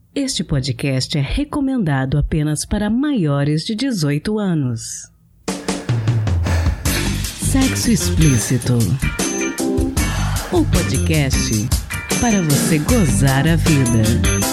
Este podcast é recomendado apenas para maiores de 18 anos. Sexo Explícito. O podcast para você gozar a vida.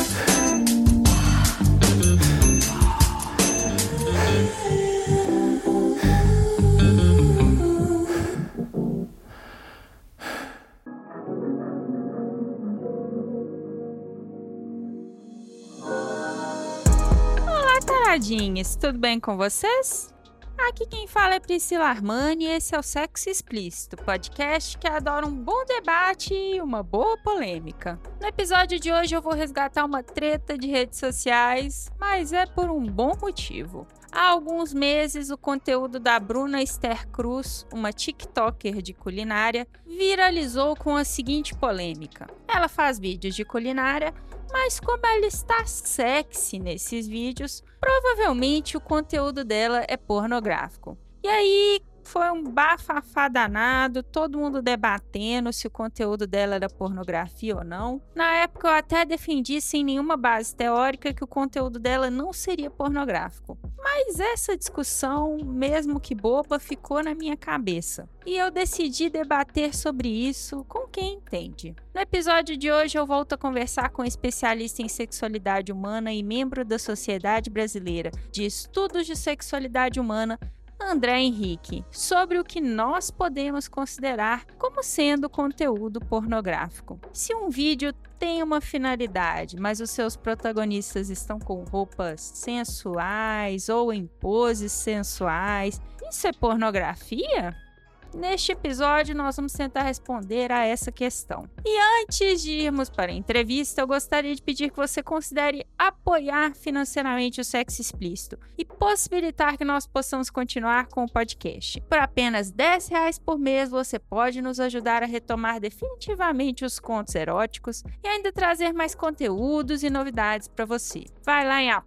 Taradinhas, tudo bem com vocês? Aqui quem fala é Priscila Armani e esse é o Sexo Explícito, podcast que adora um bom debate e uma boa polêmica. No episódio de hoje eu vou resgatar uma treta de redes sociais, mas é por um bom motivo. Há alguns meses, o conteúdo da Bruna Esther Cruz, uma TikToker de culinária, viralizou com a seguinte polêmica. Ela faz vídeos de culinária, mas como ela está sexy nesses vídeos, provavelmente o conteúdo dela é pornográfico. E aí foi um bafafá danado, todo mundo debatendo se o conteúdo dela era pornografia ou não. Na época eu até defendi sem nenhuma base teórica que o conteúdo dela não seria pornográfico. Mas essa discussão, mesmo que boba, ficou na minha cabeça. E eu decidi debater sobre isso com quem entende. No episódio de hoje eu volto a conversar com um especialista em sexualidade humana e membro da Sociedade Brasileira de Estudos de Sexualidade Humana, André Henrique, sobre o que nós podemos considerar como sendo conteúdo pornográfico. Se um vídeo tem uma finalidade, mas os seus protagonistas estão com roupas sensuais ou em poses sensuais, isso é pornografia? Neste episódio, nós vamos tentar responder a essa questão. E antes de irmos para a entrevista, eu gostaria de pedir que você considere apoiar financeiramente o Sexo Explícito e possibilitar que nós possamos continuar com o podcast. Por apenas R$10 por mês, você pode nos ajudar a retomar definitivamente os contos eróticos e ainda trazer mais conteúdos e novidades para você. Vai lá em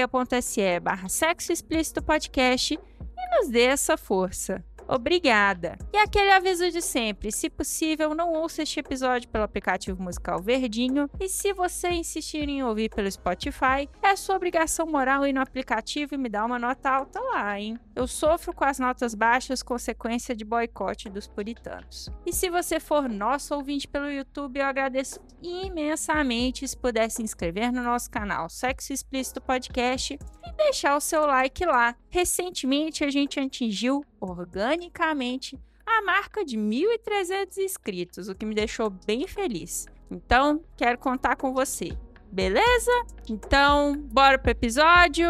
apoia.se/Sexo Explícito Podcast e nos dê essa força. Obrigada! E aquele aviso de sempre, se possível, não ouça este episódio pelo aplicativo musical Verdinho e se você insistir em ouvir pelo Spotify, é sua obrigação moral ir no aplicativo e me dar uma nota alta lá, hein? Eu sofro com as notas baixas consequência de boicote dos puritanos. E se você for nosso ouvinte pelo YouTube, eu agradeço imensamente se puder se inscrever no nosso canal Sexo Explícito Podcast e deixar o seu like lá. Recentemente a gente atingiu organicamente a marca de 1.300 inscritos, o que me deixou bem feliz. Então, quero contar com você, beleza? Então, bora pro episódio!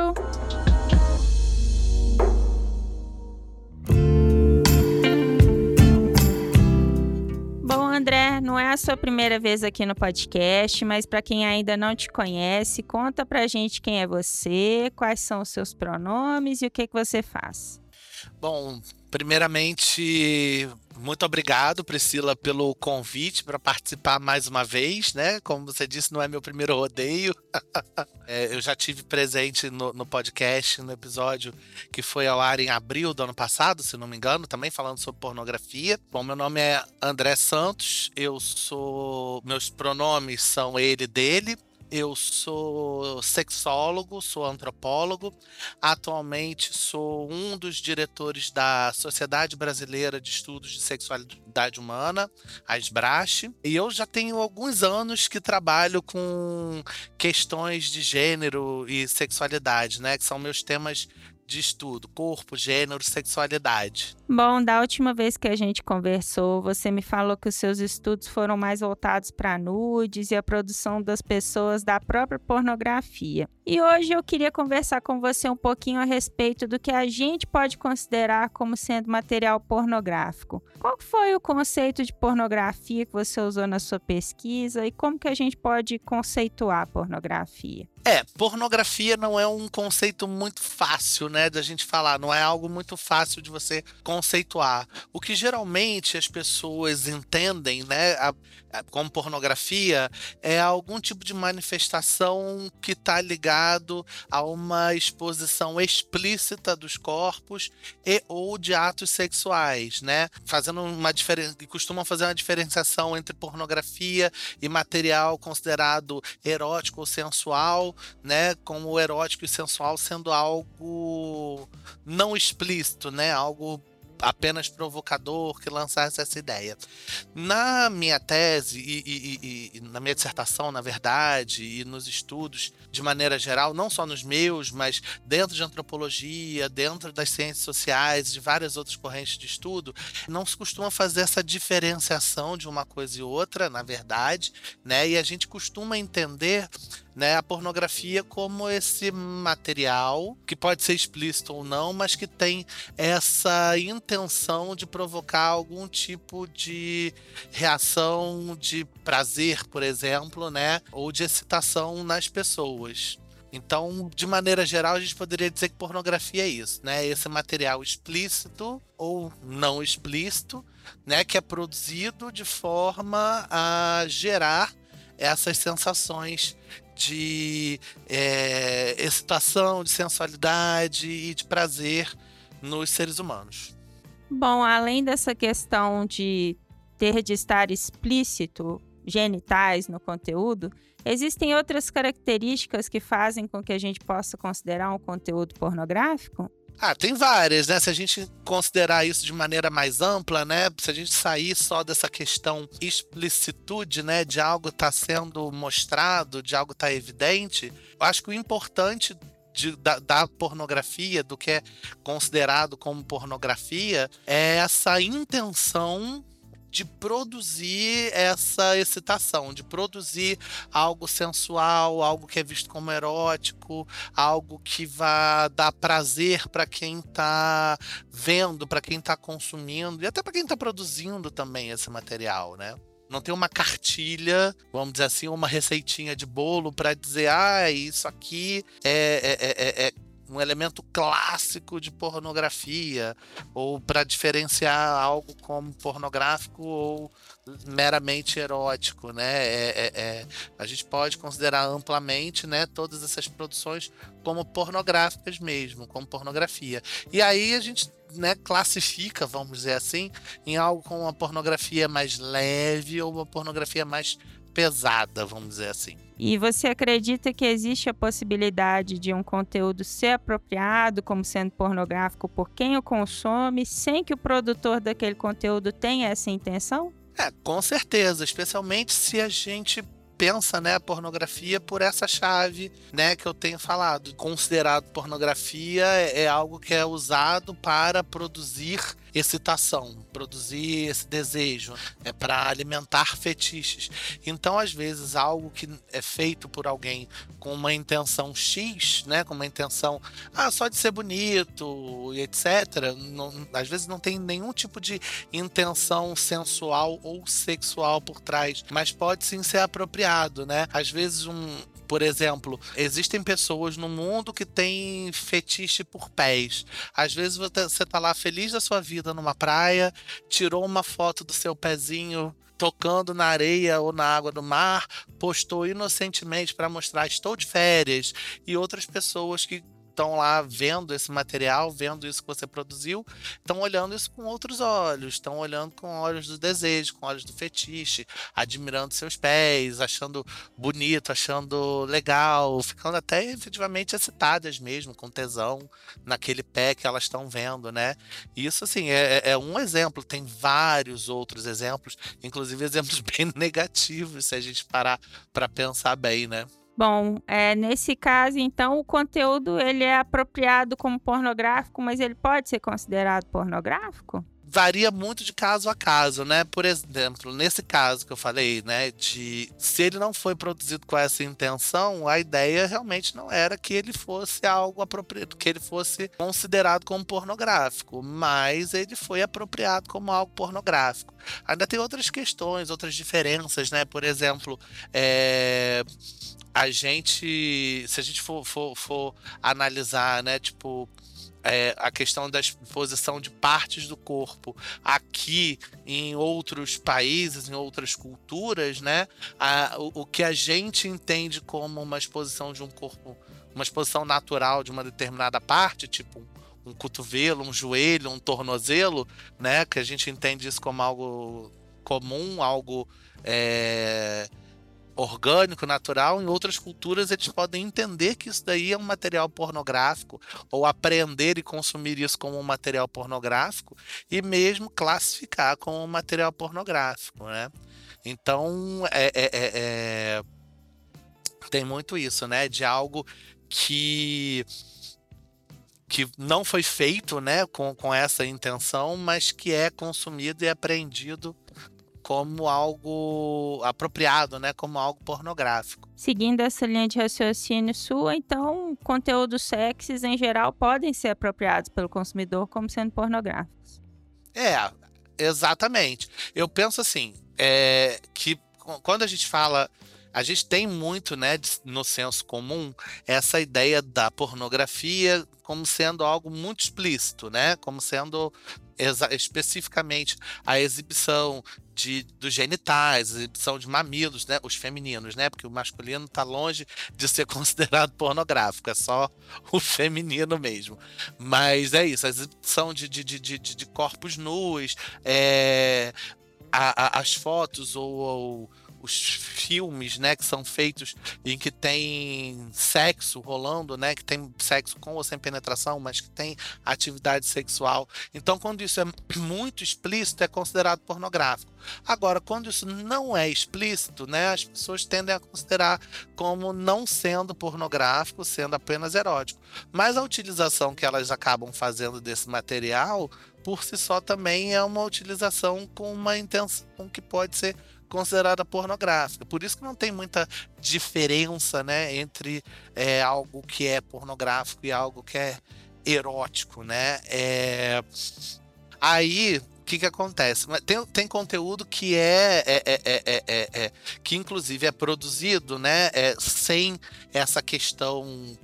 Bom, André, não é a sua primeira vez aqui no podcast, mas para quem ainda não te conhece, conta pra gente quem é você, quais são os seus pronomes e o que você faz. Bom, primeiramente, muito obrigado, Priscila, pelo convite para participar mais uma vez, né? Como você disse, não é meu primeiro rodeio. Eu já tive presente no podcast, no episódio que foi ao ar em abril do ano passado, se não me engano, também falando sobre pornografia. Bom, meu nome é André Santos, meus pronomes são ele, dele. Eu sou sexólogo, sou antropólogo, atualmente sou um dos diretores da Sociedade Brasileira de Estudos de Sexualidade Humana, a SBRASH, e eu já tenho alguns anos que trabalho com questões de gênero e sexualidade, né, que são meus temas de estudo, corpo, gênero, sexualidade. Bom, da última vez que a gente conversou, você me falou que os seus estudos foram mais voltados para nudes e a produção das pessoas da própria pornografia. E hoje eu queria conversar com você um pouquinho a respeito do que a gente pode considerar como sendo material pornográfico. Qual foi o conceito de pornografia que você usou na sua pesquisa e como que a gente pode conceituar a pornografia? Pornografia não é um conceito muito fácil, né, da gente falar, não é algo muito fácil de você conceituar. O que geralmente as pessoas entendem, né, como pornografia é algum tipo de manifestação que está ligado a uma exposição explícita dos corpos e ou de atos sexuais, né, fazendo uma diferença, costumam fazer uma diferenciação entre pornografia e material considerado erótico ou sensual. né, com o erótico e sensual sendo algo não explícito, né, algo apenas provocador que lançasse essa ideia. Na minha tese e na minha dissertação, na verdade, e nos estudos de maneira geral, não só nos meus, mas dentro de antropologia, dentro das ciências sociais, de várias outras correntes de estudo, não se costuma fazer essa diferenciação de uma coisa e outra, na verdade, né? E a gente costuma entender, né, a pornografia como esse material que pode ser explícito ou não, mas que tem essa intenção de provocar algum tipo de reação de prazer, por exemplo, né, ou de excitação nas pessoas. Então, de maneira geral, a gente poderia dizer que pornografia é isso, né? Esse material explícito ou não explícito, né, que é produzido de forma a gerar essas sensações de excitação, de sensualidade e de prazer nos seres humanos. Bom, além dessa questão de ter de estar explícito, genitais no conteúdo, existem outras características que fazem com que a gente possa considerar um conteúdo pornográfico? Tem várias, né? Se a gente considerar isso de maneira mais ampla, né? Se a gente sair só dessa questão explicitude, né? De algo estar sendo mostrado, de algo estar evidente, eu acho que o importante da pornografia, do que é considerado como pornografia, é essa intenção de produzir essa excitação, de produzir algo sensual, algo que é visto como erótico, algo que vai dar prazer para quem está vendo, para quem está consumindo e até para quem está produzindo também esse material, né? Não tem uma cartilha, vamos dizer assim, uma receitinha de bolo para dizer, isso aqui é um elemento clássico de pornografia, ou para diferenciar algo como pornográfico ou meramente erótico, né? A gente pode considerar amplamente, né, todas essas produções como pornográficas mesmo, como pornografia. E aí a gente, né, classifica, vamos dizer assim, em algo como uma pornografia mais leve ou uma pornografia mais pesada, vamos dizer assim. E você acredita que existe a possibilidade de um conteúdo ser apropriado como sendo pornográfico por quem o consome, sem que o produtor daquele conteúdo tenha essa intenção? Com certeza, especialmente se a gente pensa, né, a pornografia por essa chave, né, que eu tenho falado. Considerado pornografia é algo que é usado para produzir excitação, produzir esse desejo, para alimentar fetiches. Então, às vezes, algo que é feito por alguém com uma intenção X, né, com uma intenção só de ser bonito e etc., às vezes não tem nenhum tipo de intenção sensual ou sexual por trás, mas pode sim ser apropriado, né? Às vezes por exemplo, existem pessoas no mundo que têm fetiche por pés. Às vezes você tá lá feliz da sua vida numa praia, tirou uma foto do seu pezinho tocando na areia ou na água do mar, postou inocentemente para mostrar estou de férias, e outras pessoas que estão lá vendo esse material, vendo isso que você produziu, estão olhando isso com outros olhos, estão olhando com olhos do desejo, com olhos do fetiche, admirando seus pés, achando bonito, achando legal, ficando até efetivamente excitadas mesmo, com tesão naquele pé que elas estão vendo, né? Isso, assim, é um exemplo, tem vários outros exemplos, inclusive exemplos bem negativos, se a gente parar para pensar bem, né? Bom, nesse caso, então, o conteúdo ele é apropriado como pornográfico, mas ele pode ser considerado pornográfico? Varia muito de caso a caso, né? Por exemplo, nesse caso que eu falei, né, se ele não foi produzido com essa intenção, a ideia realmente não era que ele fosse algo apropriado, que ele fosse considerado como pornográfico, mas ele foi apropriado como algo pornográfico. Ainda tem outras questões, outras diferenças, né? Por exemplo, se a gente for analisar, né, tipo, a questão da exposição de partes do corpo aqui em outros países, em outras culturas, né, o que a gente entende como uma exposição de um corpo, uma exposição natural de uma determinada parte, tipo um cotovelo, um joelho, um tornozelo, né, que a gente entende isso como algo comum, algo orgânico, natural, em outras culturas eles podem entender que isso daí é um material pornográfico, ou apreender e consumir isso como um material pornográfico, e mesmo classificar como um material pornográfico, né? Então, tem muito isso, né? De algo que não foi feito, né, com essa intenção, mas que é consumido e apreendido como algo apropriado, né, como algo pornográfico. Seguindo essa linha de raciocínio sua, então, conteúdos sexys em geral podem ser apropriados pelo consumidor como sendo pornográficos. Exatamente. Eu penso assim, que quando a gente fala, a gente tem muito, né, no senso comum, essa ideia da pornografia como sendo algo muito explícito, né, como sendo especificamente a exibição dos genitais, a exibição de mamilos, né, os femininos, né, porque o masculino está longe de ser considerado pornográfico, é só o feminino mesmo. Mas é isso, a exibição de corpos nus, as fotos ou os filmes, né, que são feitos em que tem sexo rolando, né, que tem sexo com ou sem penetração, mas que tem atividade sexual. Então, quando isso é muito explícito, é considerado pornográfico. Agora, quando isso não é explícito, né, as pessoas tendem a considerar como não sendo pornográfico, sendo apenas erótico. Mas a utilização que elas acabam fazendo desse material, por si só, também é uma utilização com uma intenção que pode ser considerada pornográfica. Por isso que não tem muita diferença, né, entre algo que é pornográfico e algo que é erótico, né? Aí, o que acontece? Tem conteúdo que que inclusive é produzido, né, sem essa questão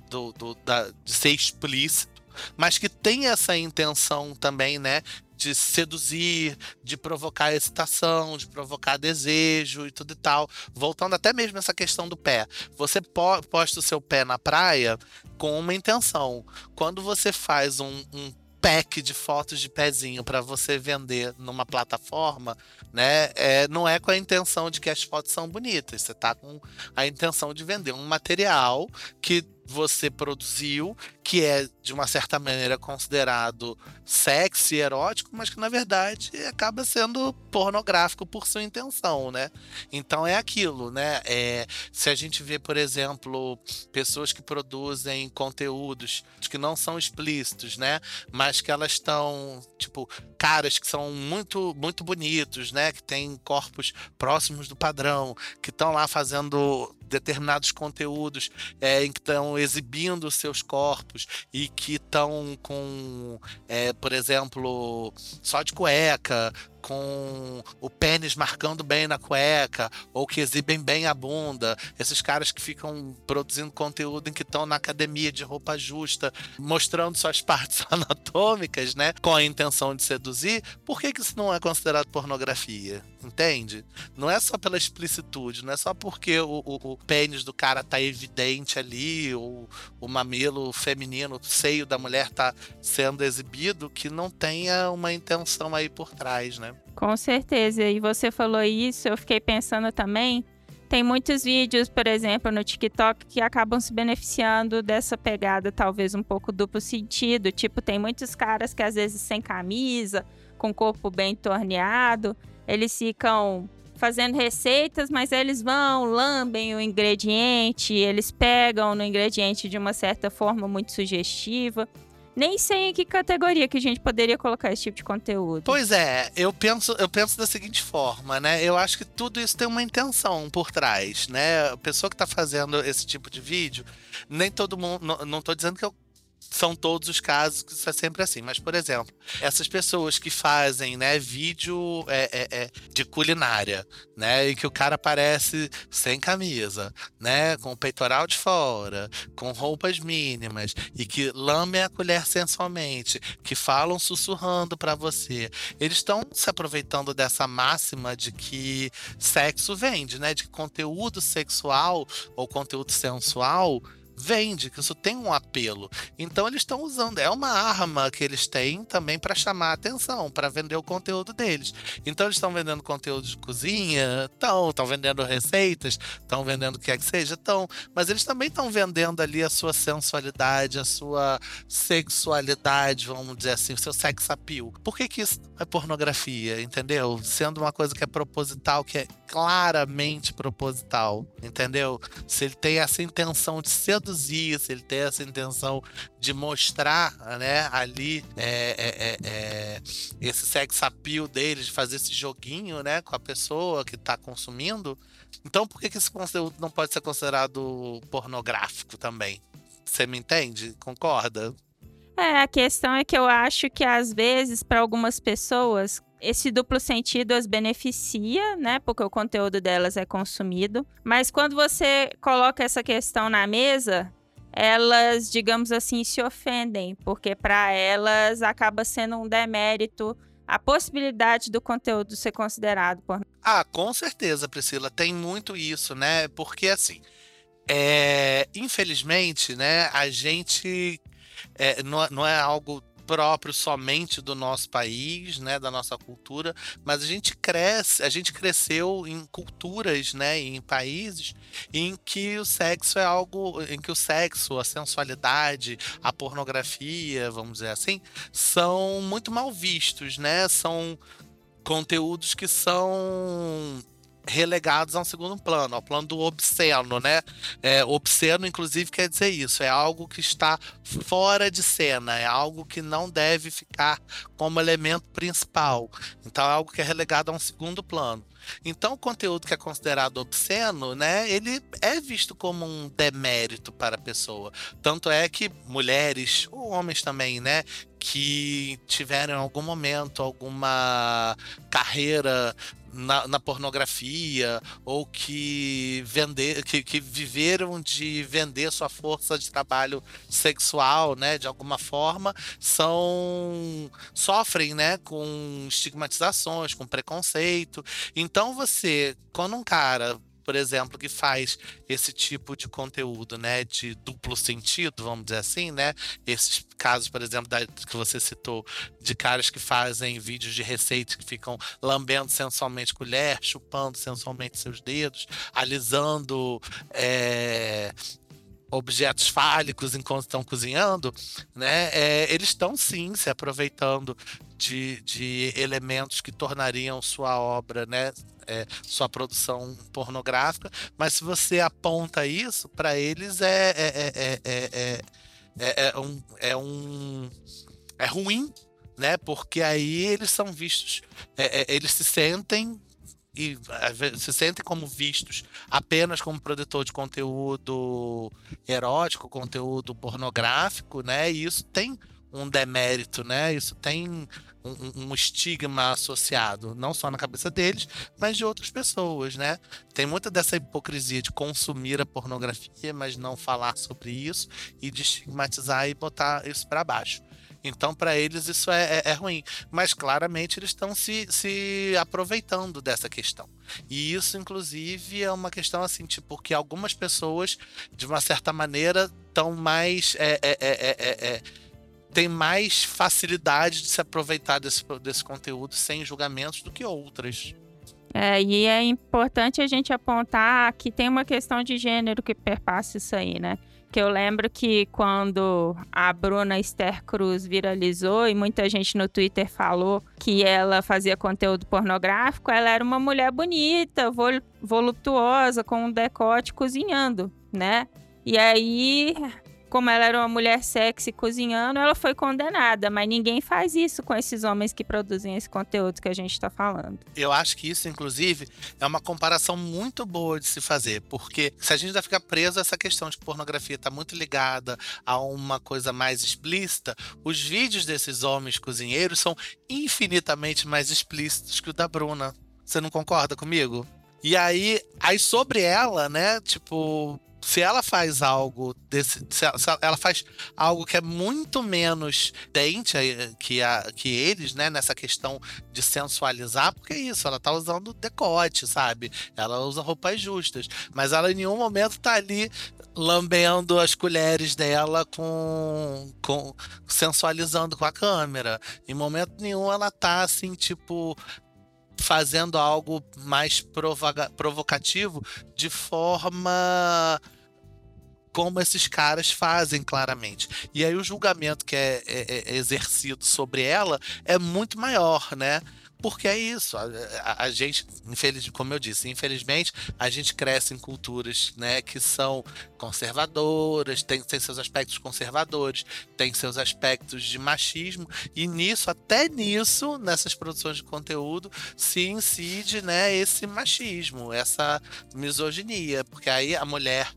de ser explícito, mas que tem essa intenção também, né, de seduzir, de provocar excitação, de provocar desejo e tudo e tal. Voltando até mesmo essa questão do pé. Você posta o seu pé na praia com uma intenção. Quando você faz um pack de fotos de pezinho para você vender numa plataforma, né, não é com a intenção de que as fotos são bonitas. Você tá com a intenção de vender um material que você produziu, que é de uma certa maneira considerado sexy, erótico, mas que na verdade acaba sendo pornográfico por sua intenção, né? Então é aquilo, né? Se a gente vê, por exemplo, pessoas que produzem conteúdos que não são explícitos, né? Mas que elas estão, tipo, caras que são muito, muito bonitos, né? Que têm corpos próximos do padrão, que estão lá fazendo determinados conteúdos em que estão exibindo os seus corpos e que estão com, por exemplo, só de cueca, com o pênis marcando bem na cueca, ou que exibem bem a bunda. Esses caras que ficam produzindo conteúdo em que estão na academia de roupa justa, mostrando suas partes anatômicas, né, com a intenção de seduzir. Por que isso não é considerado pornografia? Entende? Não é só pela explicitude, não é só porque o pênis do cara tá evidente ali, ou o mamilo feminino, o seio da mulher tá sendo exibido, que não tenha uma intenção aí por trás, né? Com certeza, e você falou isso, eu fiquei pensando também, tem muitos vídeos, por exemplo, no TikTok que acabam se beneficiando dessa pegada talvez um pouco duplo sentido, tipo, tem muitos caras que às vezes sem camisa, com o corpo bem torneado, eles ficam fazendo receitas, mas eles vão, lambem o ingrediente, eles pegam no ingrediente de uma certa forma muito sugestiva. Nem sei em que categoria que a gente poderia colocar esse tipo de conteúdo. Pois é, eu penso da seguinte forma, né? Eu acho que tudo isso tem uma intenção por trás, né? A pessoa que tá fazendo esse tipo de vídeo, nem todo mundo, não tô dizendo que são todos os casos que isso é sempre assim, mas, por exemplo, essas pessoas que fazem, né, vídeo de culinária, né, em que o cara aparece sem camisa, né, com o peitoral de fora, com roupas mínimas, e que lambem a colher sensualmente, que falam sussurrando pra você, eles estão se aproveitando dessa máxima de que sexo vende, né, de que conteúdo sexual ou conteúdo sensual vende, que isso tem um apelo. Então eles estão usando, é uma arma que eles têm também para chamar a atenção, para vender o conteúdo deles. Então eles estão vendendo conteúdo de cozinha, estão vendendo receitas, estão vendendo o que é que seja, mas eles também estão vendendo ali a sua sensualidade, a sua sexualidade, vamos dizer assim, o seu sex appeal. Por que isso é pornografia, entendeu? Sendo uma coisa que é proposital, que é claramente proposital, entendeu? Se ele tem essa intenção de seduzir, se ele tem essa intenção de mostrar, né, ali esse sex appeal dele, de fazer esse joguinho, né, com a pessoa que está consumindo, então por que esse conteúdo não pode ser considerado pornográfico também? Você me entende? Concorda? A questão é que eu acho que às vezes, para algumas pessoas, esse duplo sentido as beneficia, né? Porque o conteúdo delas é consumido. Mas quando você coloca essa questão na mesa, elas, digamos assim, se ofendem. Porque para elas acaba sendo um demérito a possibilidade do conteúdo ser considerado pornográfico. Com certeza, Priscila. Tem muito isso, né? Porque assim, infelizmente, né? A gente... não é algo próprio somente do nosso país, né, da nossa cultura, mas a gente cresceu em culturas, né, em países em que o sexo é algo, em que o sexo, a sensualidade, a pornografia, vamos dizer assim, são muito mal vistos, né, são conteúdos que são relegados a um segundo plano, ao plano do obsceno, né? Obsceno, inclusive, quer dizer isso, é algo que está fora de cena, é algo que não deve ficar como elemento principal. Então, é algo que é relegado a um segundo plano. Então, o conteúdo que é considerado obsceno, né, ele é visto como um demérito para a pessoa. Tanto é que mulheres, ou homens também, né, que tiveram em algum momento alguma carreira na pornografia, ou que viveram de vender sua força de trabalho sexual, né, de alguma forma, sofrem, né, com estigmatizações, com preconceito. Então quando um cara, por exemplo, que faz esse tipo de conteúdo, né, de duplo sentido, vamos dizer assim, né, esses casos, por exemplo, que você citou, de caras que fazem vídeos de receitas que ficam lambendo sensualmente colher, chupando sensualmente seus dedos, alisando objetos fálicos enquanto estão cozinhando, né? Eles estão sim se aproveitando de elementos que tornariam sua obra, né? Sua produção pornográfica, mas se você aponta isso, para eles é ruim, né? Porque aí eles são vistos, eles se sentem como vistos apenas como produtor de conteúdo erótico, conteúdo pornográfico, né? E isso tem um demérito, né? Isso tem um estigma associado, não só na cabeça deles, mas de outras pessoas, né? Tem muita dessa hipocrisia de consumir a pornografia, mas não falar sobre isso, e de estigmatizar e botar isso para baixo. Então, para eles, isso é ruim. Mas, claramente, eles estão se aproveitando dessa questão. E isso, inclusive, é uma questão assim, tipo, que algumas pessoas, de uma certa maneira, estão mais... tem mais facilidade de se aproveitar desse conteúdo sem julgamentos do que outras. E é importante a gente apontar que tem uma questão de gênero que perpassa isso aí, né? Que eu lembro que quando a Bruna Esther Cruz viralizou e muita gente no Twitter falou que ela fazia conteúdo pornográfico, ela era uma mulher bonita, voluptuosa, com um decote cozinhando, né? E aí, como ela era uma mulher sexy cozinhando, ela foi condenada. Mas ninguém faz isso com esses homens que produzem esse conteúdo que a gente está falando. Eu acho que isso, inclusive, é uma comparação muito boa de se fazer. Porque se a gente vai ficar preso a essa questão de que pornografia está muito ligada a uma coisa mais explícita, os vídeos desses homens cozinheiros são infinitamente mais explícitos que o da Bruna. Você não concorda comigo? E aí sobre ela, né, tipo... Se ela faz algo se ela faz algo que é muito menos dente que eles, né, nessa questão de sensualizar, porque é isso, ela tá usando decote, sabe? Ela usa roupas justas, mas ela em nenhum momento tá ali lambendo as colheres dela com sensualizando com a câmera. Em momento nenhum ela tá assim, tipo, fazendo algo mais provocativo de forma como esses caras fazem claramente. E aí o julgamento que é exercido sobre ela é muito maior, né? Porque é isso, a gente, como eu disse, infelizmente, a gente cresce em culturas, né, que são conservadoras, tem seus aspectos conservadores, tem seus aspectos de machismo, e até nisso, nessas produções de conteúdo, se incide, né, esse machismo, essa misoginia, porque aí a mulher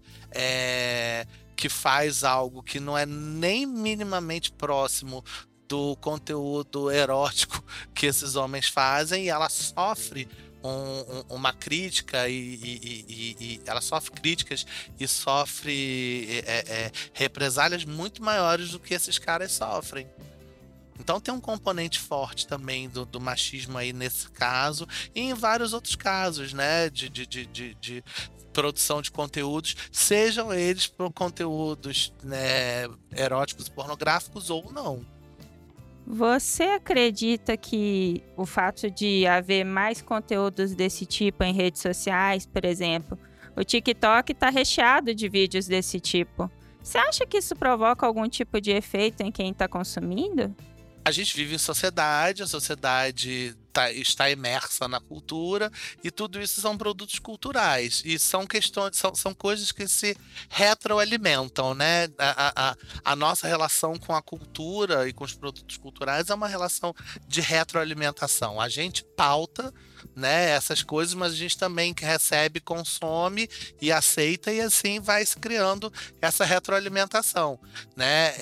que faz algo que não é nem minimamente próximo do conteúdo erótico que esses homens fazem, e ela sofre uma crítica e ela sofre críticas e sofre represálias muito maiores do que esses caras sofrem. Então tem um componente forte também do machismo aí nesse caso e em vários outros casos, né, de produção de conteúdos, sejam eles por conteúdos, né, eróticos, pornográficos ou não. Você acredita que o fato de haver mais conteúdos desse tipo em redes sociais, por exemplo, o TikTok está recheado de vídeos desse tipo? Você acha que isso provoca algum tipo de efeito em quem está consumindo? A gente vive em sociedade, a sociedade está imersa na cultura e tudo isso são produtos culturais e são questões, são coisas que se retroalimentam, né? A nossa relação com a cultura e com os produtos culturais é uma relação de retroalimentação. A gente pauta, né, essas coisas, mas a gente também recebe, consome e aceita, e assim vai se criando essa retroalimentação, né?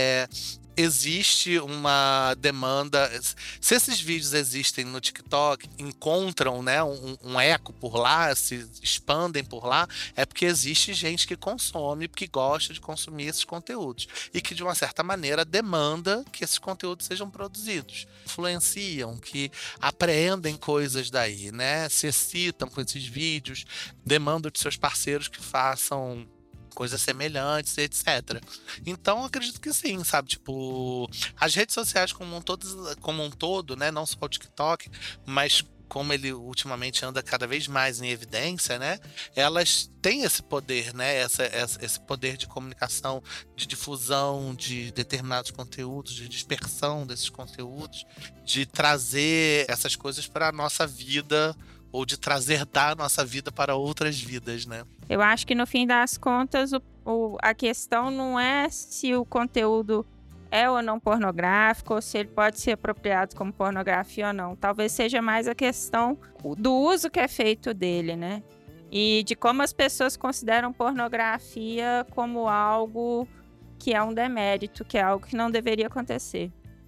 Existe uma demanda. Se esses vídeos existem no TikTok, encontram, né, um eco por lá, se expandem por lá, é porque existe gente que consome, que gosta de consumir esses conteúdos e que de uma certa maneira demanda que esses conteúdos sejam produzidos, influenciam, que apreendem coisas daí, né, se excitam com esses vídeos, demandam de seus parceiros que façam coisas semelhantes, etc. Então, acredito que sim, sabe? Tipo, as redes sociais como um todo, né? Não só o TikTok, mas como ele ultimamente anda cada vez mais em evidência, né? Elas têm esse poder, né? Esse poder de comunicação, de difusão de determinados conteúdos, de dispersão desses conteúdos, de trazer essas coisas para a nossa vida, ou de trazer da nossa vida para outras vidas, né? Eu acho que no fim das contas a questão não é se o conteúdo é ou não pornográfico, ou se ele pode ser apropriado como pornografia ou não. Talvez seja mais a questão do uso que é feito dele, né? E de como as pessoas consideram pornografia como algo que é um demérito, que é algo que não deveria acontecer.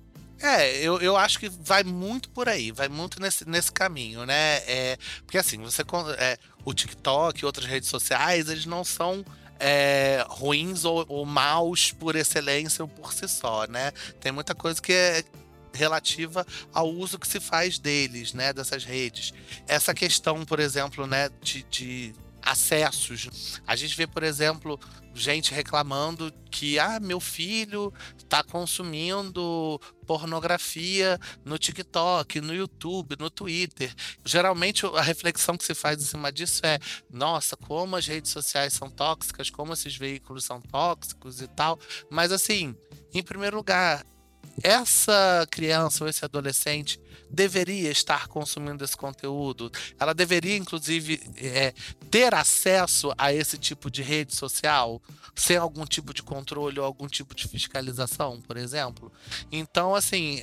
Eu acho que vai muito por aí, vai muito nesse caminho, né? Porque assim, o TikTok e outras redes sociais, eles não são ruins ou maus por excelência ou por si só, né? Tem muita coisa que é relativa ao uso que se faz deles, né? Dessas redes. Essa questão, por exemplo, né, de acessos. A gente vê, por exemplo, gente reclamando que meu filho está consumindo pornografia no TikTok, no YouTube, no Twitter. Geralmente a reflexão que se faz em cima disso é: nossa, como as redes sociais são tóxicas, como esses veículos são tóxicos e tal. Mas assim, em primeiro lugar, essa criança ou esse adolescente deveria estar consumindo esse conteúdo. Ela deveria, inclusive, ter acesso a esse tipo de rede social, sem algum tipo de controle ou algum tipo de fiscalização, por exemplo. Então, assim,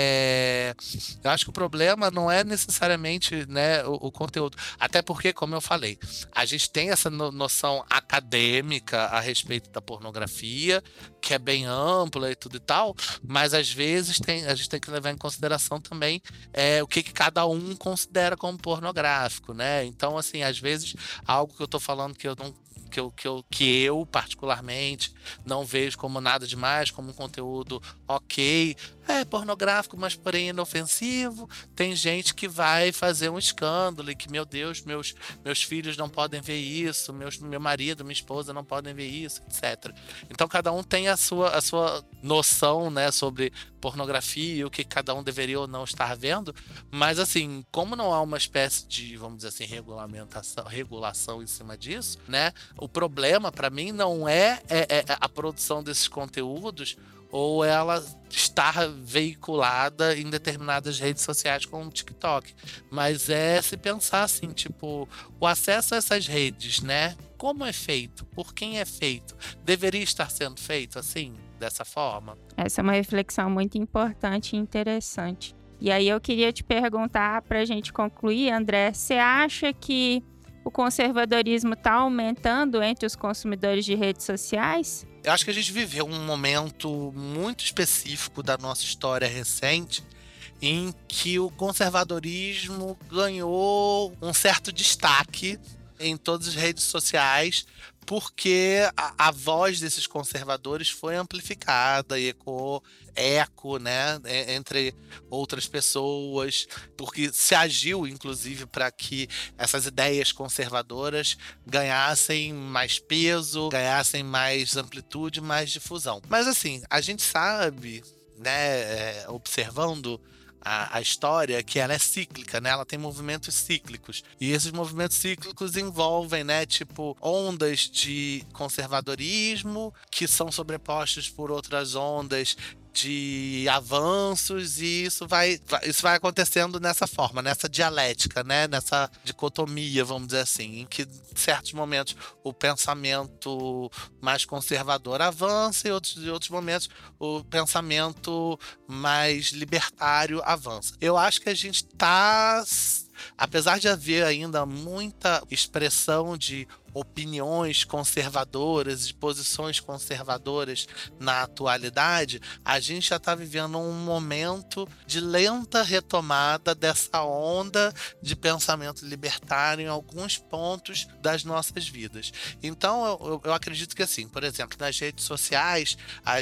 eu acho que o problema não é necessariamente, né, o conteúdo. Até porque, como eu falei, a gente tem essa noção acadêmica a respeito da pornografia, que é bem ampla e tudo e tal, mas às vezes a gente tem que levar em consideração também o que cada um considera como pornográfico, né? Então, assim, às vezes, algo que eu tô falando que que eu particularmente não vejo como nada demais, como um conteúdo ok. É pornográfico, mas porém inofensivo. Tem gente que vai fazer um escândalo e que, meu Deus, meus filhos não podem ver isso, meu marido, minha esposa não podem ver isso, etc. Então cada um tem a sua noção, né, sobre pornografia e o que cada um deveria ou não estar vendo. Mas assim, como não há uma espécie de, vamos dizer assim, regulação em cima disso, né? O problema para mim não é a produção desses conteúdos ou ela estar veiculada em determinadas redes sociais como o TikTok. Mas é se pensar assim, tipo, o acesso a essas redes, né? Como é feito? Por quem é feito? Deveria estar sendo feito assim, dessa forma? Essa é uma reflexão muito importante e interessante. E aí eu queria te perguntar, para a gente concluir, André, você acha que o conservadorismo está aumentando entre os consumidores de redes sociais? Eu acho que a gente viveu um momento muito específico da nossa história recente em que o conservadorismo ganhou um certo destaque em todas as redes sociais, porque a voz desses conservadores foi amplificada e ecoou né, entre outras pessoas, porque se agiu, inclusive, para que essas ideias conservadoras ganhassem mais peso, ganhassem mais amplitude, mais difusão. Mas assim, a gente sabe, né, observando a história, que ela é cíclica, né? Ela tem movimentos cíclicos. E esses movimentos cíclicos envolvem, né, tipo, ondas de conservadorismo que são sobrepostas por outras ondas de avanços, e isso vai acontecendo nessa forma, nessa dialética, né? Nessa dicotomia, vamos dizer assim, em que em certos momentos o pensamento mais conservador avança e em outros momentos o pensamento mais libertário avança. Eu acho que a gente está, apesar de haver ainda muita expressão de opiniões conservadoras, de posições conservadoras na atualidade, a gente já está vivendo um momento de lenta retomada dessa onda de pensamento libertário em alguns pontos das nossas vidas. Então, eu acredito que, assim, por exemplo, nas redes sociais,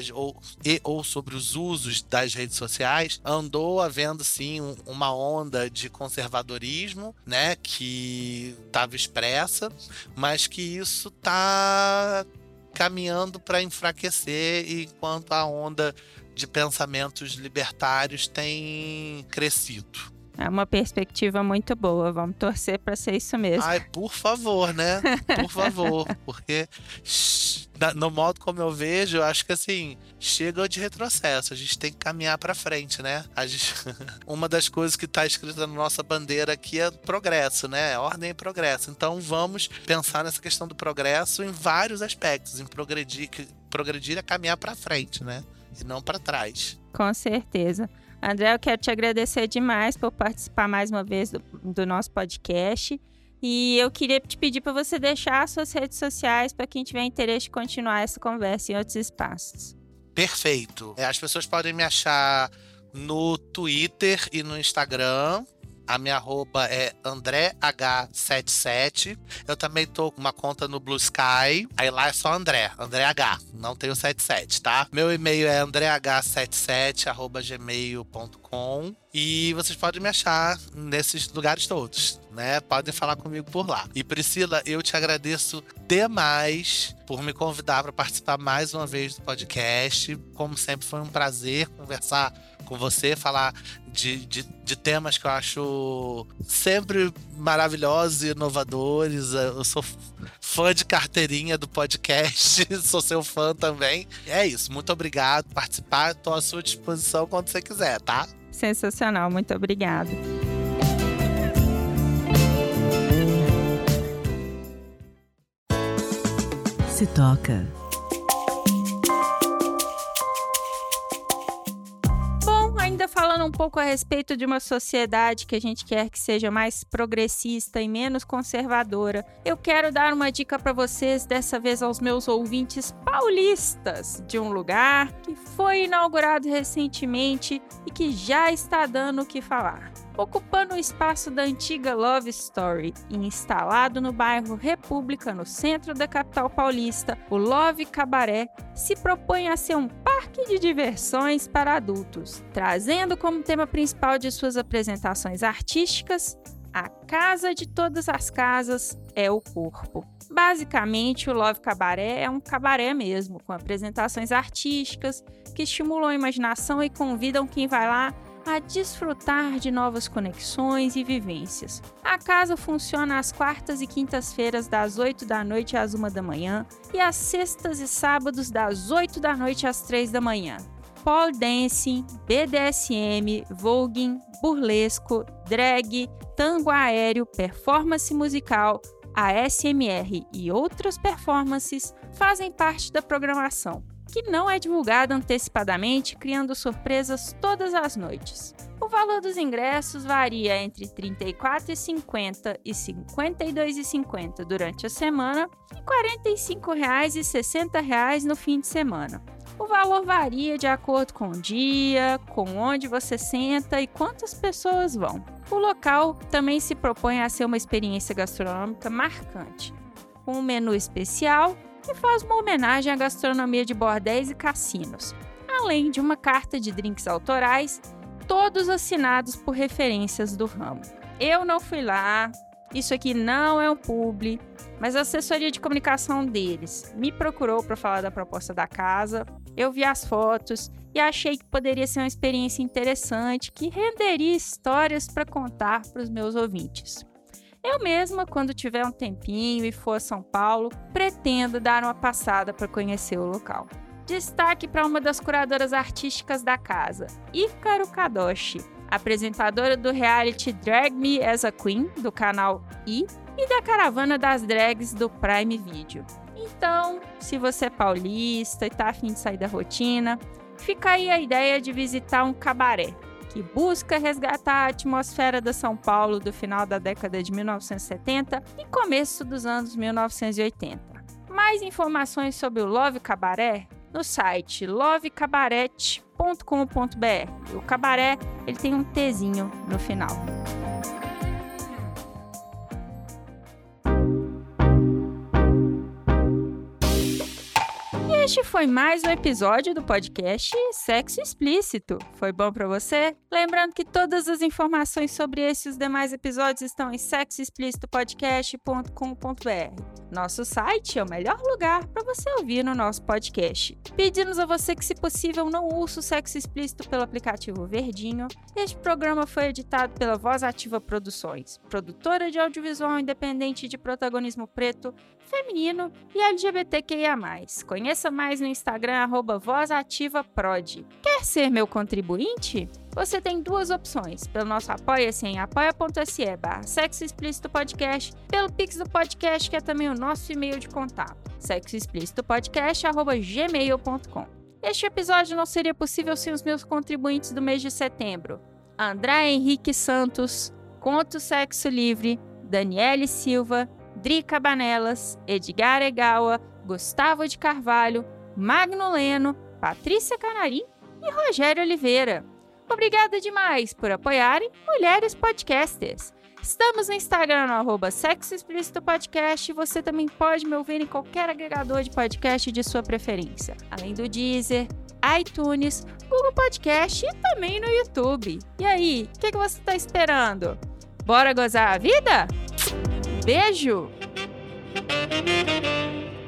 ou sobre os usos das redes sociais, andou havendo, sim, uma onda de conservadorismo, né, que estava expressa, mas que isso está caminhando para enfraquecer, enquanto a onda de pensamentos libertários tem crescido. É uma perspectiva muito boa, vamos torcer para ser isso mesmo. Ai, por favor, né? Por favor, porque no modo como eu vejo, eu acho que assim, chega de retrocesso, a gente tem que caminhar para frente, né? Uma das coisas que está escrita na nossa bandeira aqui é progresso, né? Ordem e progresso. Então vamos pensar nessa questão do progresso em vários aspectos, em progredir é caminhar para frente, né? E não para trás. Com certeza. André, eu quero te agradecer demais por participar mais uma vez do nosso podcast. E eu queria te pedir para você deixar as suas redes sociais para quem tiver interesse de continuar essa conversa em outros espaços. Perfeito. As pessoas podem me achar no Twitter e no Instagram. A minha arroba é AndréH77. Eu também tô com uma conta no Blue Sky. Aí lá é só André H. Não tem o 77, tá? Meu e-mail é andreh77@gmail.com. E vocês podem me achar nesses lugares todos, né? Podem falar comigo por lá. E Priscila, eu te agradeço demais por me convidar para participar mais uma vez do podcast. Como sempre, foi um prazer conversar com você, falar de temas que eu acho sempre maravilhosos e inovadores. Eu sou fã de carteirinha do podcast, sou seu fã também. É isso, muito obrigado por participar. Estou à sua disposição quando você quiser, tá? Sensacional, muito obrigada. Se toca. Ainda falando um pouco a respeito de uma sociedade que a gente quer que seja mais progressista e menos conservadora, eu quero dar uma dica para vocês, dessa vez aos meus ouvintes paulistas, de um lugar que foi inaugurado recentemente e que já está dando o que falar. Ocupando o espaço da antiga Love Story e instalado no bairro República, no centro da capital paulista, o Love Cabaré se propõe a ser um parque de diversões para adultos, trazendo como tema principal de suas apresentações artísticas a casa de todas as casas é o corpo. Basicamente, o Love Cabaré é um cabaré mesmo, com apresentações artísticas que estimulam a imaginação e convidam quem vai lá a desfrutar de novas conexões e vivências. A casa funciona às quartas e quintas-feiras das 8 da noite às 1 da manhã e às sextas e sábados das 8 da noite às 3 da manhã. Pole dancing, BDSM, voguing, burlesco, drag, tango aéreo, performance musical, ASMR e outras performances fazem parte da programação, que não é divulgada antecipadamente, criando surpresas todas as noites. O valor dos ingressos varia entre R$ 34,50 e R$ 52,50 durante a semana e R$ 45,00 e R$ 60,00 no fim de semana. O valor varia de acordo com o dia, com onde você senta e quantas pessoas vão. O local também se propõe a ser uma experiência gastronômica marcante, com um menu especial que faz uma homenagem à gastronomia de bordéis e cassinos, além de uma carta de drinks autorais, todos assinados por referências do ramo. Eu não fui lá, isso aqui não é um publi, mas a assessoria de comunicação deles me procurou para falar da proposta da casa. Eu vi as fotos e achei que poderia ser uma experiência interessante que renderia histórias para contar para os meus ouvintes. Eu mesma, quando tiver um tempinho e for a São Paulo, pretendo dar uma passada para conhecer o local. Destaque para uma das curadoras artísticas da casa, Ícaro Kadoshi, apresentadora do reality Drag Me as a Queen, do canal e da Caravana das Drags do Prime Video. Então, se você é paulista e tá a fim de sair da rotina, fica aí a ideia de visitar um cabaré, que busca resgatar a atmosfera da São Paulo do final da década de 1970 e começo dos anos 1980. Mais informações sobre o Love Cabaré no site lovecabaret.com.br. O cabaré, ele tem um Tzinho no final. Este foi mais um episódio do podcast Sexo Explícito. Foi bom pra você? Lembrando que todas as informações sobre esse e os demais episódios estão em sexoexplicitopodcast.com.br. Nosso site é o melhor lugar para você ouvir no nosso podcast. Pedimos a você que, se possível, não ouça o Sexo Explícito pelo aplicativo Verdinho. Este programa foi editado pela Voz Ativa Produções, produtora de audiovisual independente de protagonismo preto, feminino e LGBTQIA+. Conheça mais no Instagram, @VozAtivaProd. Quer ser meu contribuinte? Você tem duas opções, pelo nosso Apoia-se em apoia.se/Sexo Explícito Podcast, pelo Pix do podcast, que é também o nosso e-mail de contato, sexoexplicitopodcast@gmail.com. Este episódio não seria possível sem os meus contribuintes do mês de setembro: André Henrique Santos, Conto Sexo Livre, Daniele Silva, Drica Banelas, Edgar Egawa, Gustavo de Carvalho, Magno Leno, Patrícia Canarim e Rogério Oliveira. Obrigada demais por apoiarem Mulheres Podcasters. Estamos no Instagram no @Sexo Explícito Podcast e você também pode me ouvir em qualquer agregador de podcast de sua preferência, além do Deezer, iTunes, Google Podcast e também no YouTube. E aí, o que você está esperando? Bora gozar a vida? Beijo!